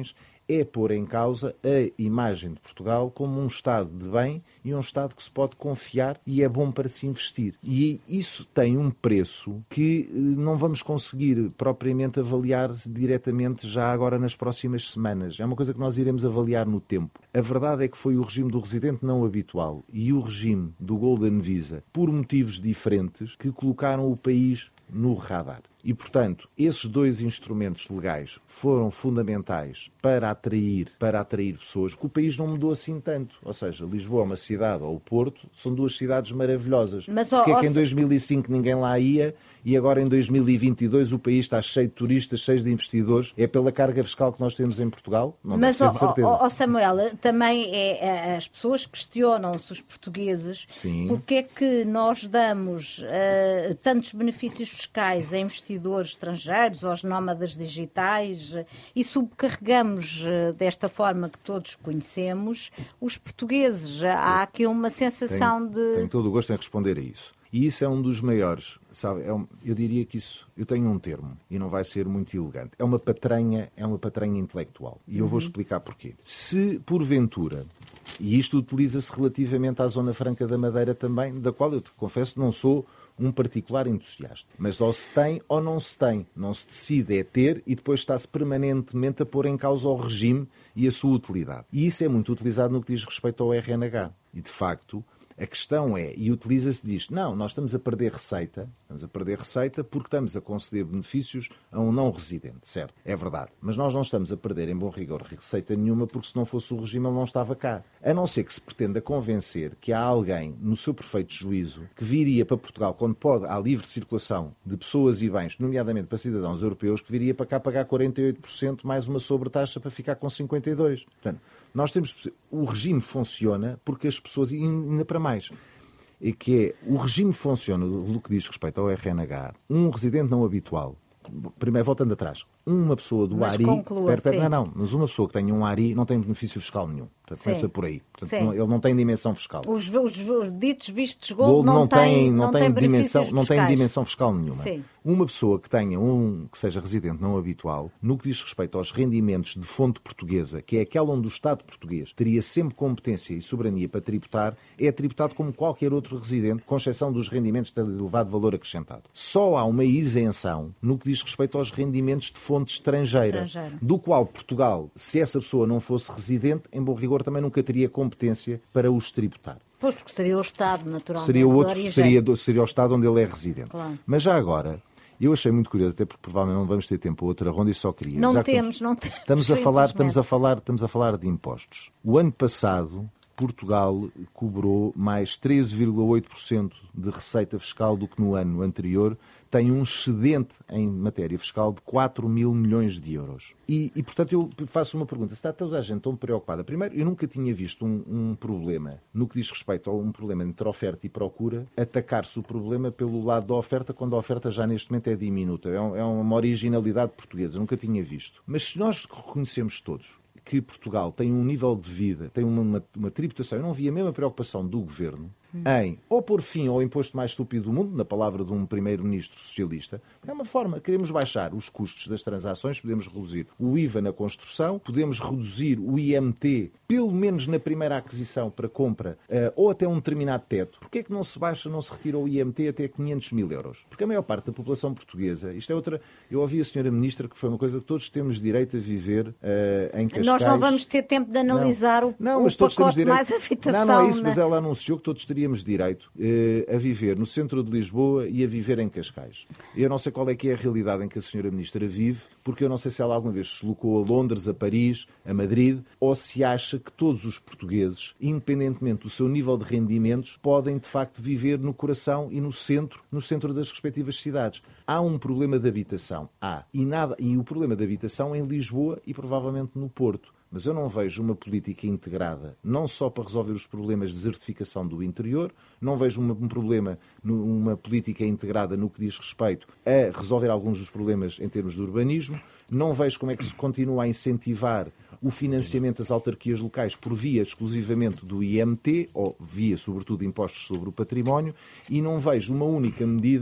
é pôr em causa a imagem de Portugal como um Estado de bem e um Estado que se pode confiar e é bom para se investir. E isso tem um preço que não vamos conseguir propriamente avaliar diretamente já agora nas próximas semanas. É uma coisa que nós iremos avaliar no tempo. A verdade é que foi o regime do residente não habitual e o regime do Golden Visa, por motivos diferentes, que colocaram o país no radar. E, portanto, esses dois instrumentos legais foram fundamentais para atrair, para atrair pessoas, que o país não mudou assim tanto. Ou seja, Lisboa é uma cidade, ou o Porto, são duas cidades maravilhosas. Mas, Porque ó, é que ó, em dois mil e cinco ninguém lá ia e agora em dois mil e vinte e dois o país está cheio de turistas, cheio de investidores? É pela carga fiscal que nós temos em Portugal? Não Mas, deve ser de ó, certeza. ó, ó, Samuel, também é, as pessoas questionam-se, os portugueses, Sim. porque é que nós damos uh, tantos benefícios fiscais a investidores estrangeiros, aos nómadas digitais, e subcarregamos uh, desta forma que todos conhecemos os portugueses. Há aqui uma sensação tenho, de... Tenho todo o gosto em responder a isso. E isso é um dos maiores, sabe? É um, eu diria que isso, eu tenho um termo, e não vai ser muito elegante. É uma patranha, é uma patranha intelectual. E eu vou explicar porquê. Se, porventura, e isto utiliza-se relativamente à Zona Franca da Madeira também, da qual eu te confesso não sou um particular entusiasta. Mas ou se tem ou não se tem. Não se decide é ter e depois está-se permanentemente a pôr em causa o regime e a sua utilidade. E isso é muito utilizado no que diz respeito ao R N H. E, de facto, a questão é, e utiliza-se disto, não, nós estamos a perder receita, estamos a perder receita porque estamos a conceder benefícios a um não residente, certo? É verdade. Mas nós não estamos a perder, em bom rigor, receita nenhuma porque se não fosse o regime ele não estava cá. A não ser que se pretenda convencer que há alguém, no seu perfeito juízo, que viria para Portugal quando pode, há livre circulação de pessoas e bens, nomeadamente para cidadãos europeus, que viria para cá pagar quarenta e oito por cento mais uma sobretaxa para ficar com cinquenta e dois por cento. Portanto, nós temos... O regime funciona porque as pessoas... E ainda para mais... É que é, o regime funciona, no que diz respeito ao R N H, um residente não habitual, primeiro voltando atrás, uma pessoa do mas ARI... Conclua, pera, pera, não, não, mas uma pessoa que tenha um ARI não tem benefício fiscal nenhum. Portanto, começa por aí. Portanto, não, ele não tem dimensão fiscal. Os, os, os ditos vistos gold, gold não, não têm tem, não não tem, tem dimensão, benefícios não tem fiscais. dimensão fiscal nenhuma. Sim. Uma pessoa que tenha um que seja residente não habitual, no que diz respeito aos rendimentos de fonte portuguesa, que é aquela onde o Estado português teria sempre competência e soberania para tributar, é tributado como qualquer outro residente, com exceção dos rendimentos de elevado valor acrescentado. Só há uma isenção no que diz respeito aos rendimentos de fonte estrangeira, Estrangeira. do qual Portugal, se essa pessoa não fosse residente, em bom rigor também nunca teria competência para os tributar. Pois, porque seria o Estado, naturalmente. Seria o outro, de origem. seria, seria o Estado onde ele é residente. Claro. Mas já agora, eu achei muito curioso, até porque provavelmente não vamos ter tempo a outra ronda e só queria. Não já que temos, estamos, não temos. Estamos a falar, estamos a infelizmente. falar, estamos a falar de impostos. O ano passado, Portugal cobrou mais treze vírgula oito por cento de receita fiscal do que no ano anterior, tem um excedente em matéria fiscal de quatro mil milhões de euros. E, e, portanto, eu faço uma pergunta. Se está toda a gente tão preocupada? Primeiro, eu nunca tinha visto um, um problema, no que diz respeito a um problema entre oferta e procura, atacar-se o problema pelo lado da oferta, quando a oferta já neste momento é diminuta. É, um, é uma originalidade portuguesa, eu nunca tinha visto. Mas se nós reconhecemos todos que Portugal tem um nível de vida, tem uma, uma, uma tributação, eu não vi a mesma preocupação do Governo em ou pôr fim ao imposto mais estúpido do mundo, na palavra de um primeiro-ministro socialista. É uma forma, queremos baixar os custos das transações, podemos reduzir o I V A na construção, podemos reduzir o I M T, pelo menos na primeira aquisição para compra, uh, ou até um determinado teto. Porquê é que não se baixa, não se retira o I M T até quinhentos mil euros? Porque a maior parte da população portuguesa, isto é outra, eu ouvi a senhora Ministra que foi uma coisa que todos temos direito a viver uh, em Cascais. Nós não vamos ter tempo de analisar não, o, não, o mas todos temos pacote direito. mais habitação. Não, não é isso, né? mas ela anunciou que todos teríamos direito eh, a viver no centro de Lisboa e a viver em Cascais. Eu não sei qual é que é a realidade em que a senhora Ministra vive, porque eu não sei se ela alguma vez se deslocou a Londres, a Paris, a Madrid, ou se acha que todos os portugueses, independentemente do seu nível de rendimentos, podem de facto viver no coração e no centro, no centro das respectivas cidades. Há um problema de habitação, há, e, nada, e o problema de habitação em Lisboa e provavelmente no Porto. Mas eu não vejo uma política integrada, não só para resolver os problemas de desertificação do interior, não vejo uma, um problema, uma política integrada no que diz respeito a resolver alguns dos problemas em termos de urbanismo, não vejo como é que se continua a incentivar o financiamento das autarquias locais por via exclusivamente do I M T, ou via, sobretudo, impostos sobre o património, e não vejo uma única medida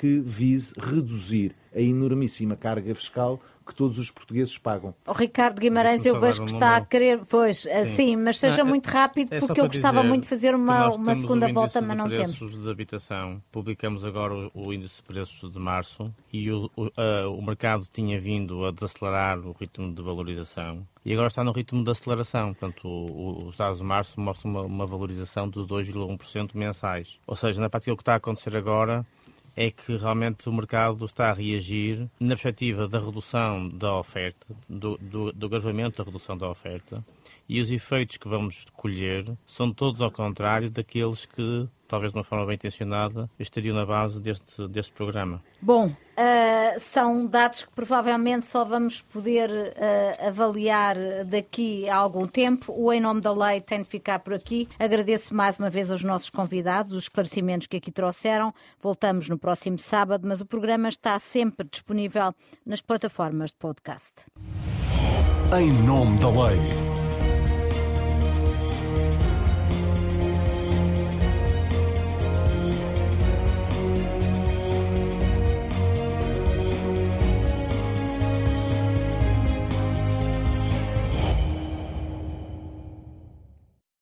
que vise reduzir a enormíssima carga fiscal que todos os portugueses pagam. O Ricardo Guimarães, eu vejo que está a querer, pois, assim, mas seja não, muito rápido, é porque eu gostava muito de fazer uma, uma segunda volta, mas não temos. Preços de habitação, publicamos agora o, o índice de preços de março e o, o, uh, o mercado tinha vindo a desacelerar o ritmo de valorização e agora está no ritmo de aceleração. Portanto, o, o, os dados de março mostram uma, uma valorização de dois vírgula um por cento mensais. Ou seja, na prática o que está a acontecer agora é que realmente o mercado está a reagir na perspectiva da redução da oferta, do, do, do agravamento da redução da oferta, e os efeitos que vamos colher são todos ao contrário daqueles que, talvez de uma forma bem intencionada, estariam na base deste, deste programa. Bom, uh, são dados que provavelmente só vamos poder uh, avaliar daqui a algum tempo. O Em Nome da Lei tem de ficar por aqui. Agradeço mais uma vez aos nossos convidados, os esclarecimentos que aqui trouxeram. Voltamos no próximo sábado, mas o programa está sempre disponível nas plataformas de podcast. Em Nome da Lei.